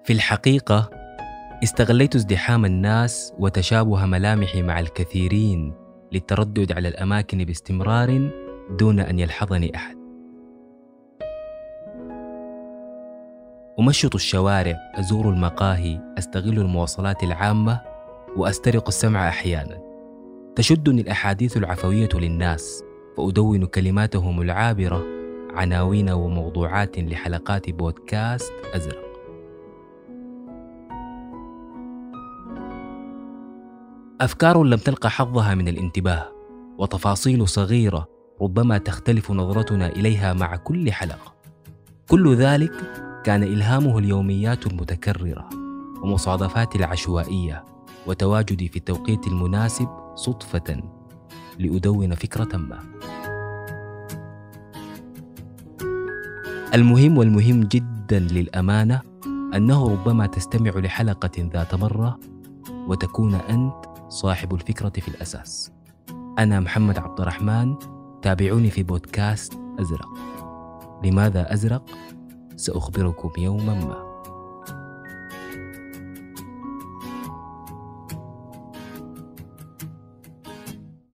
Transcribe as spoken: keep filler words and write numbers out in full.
في الحقيقة استغليت ازدحام الناس وتشابه ملامحي مع الكثيرين للتردد على الأماكن باستمرار دون أن يلحظني أحد. أمشط الشوارع، أزور المقاهي، أستغل المواصلات العامة وأسترق السمع أحيانا. تشدني الأحاديث العفوية للناس فأدون كلماتهم العابرة عناوين وموضوعات لحلقات بودكاست أزرق. أفكار لم تلقى حظها من الانتباه، وتفاصيل صغيرة ربما تختلف نظرتنا إليها مع كل حلقة. كل ذلك كان إلهامه اليوميات المتكررة ومصادفات العشوائية وتواجدي في التوقيت المناسب صدفة لأدون فكرة ما. المهم والمهم جدا للأمانة أنه ربما تستمع لحلقة ذات مرة وتكون أنت صاحب الفكرة في الأساس. أنا محمد عبد الرحمن، تابعوني في بودكاست أزرق. لماذا أزرق؟ سأخبركم يوما ما.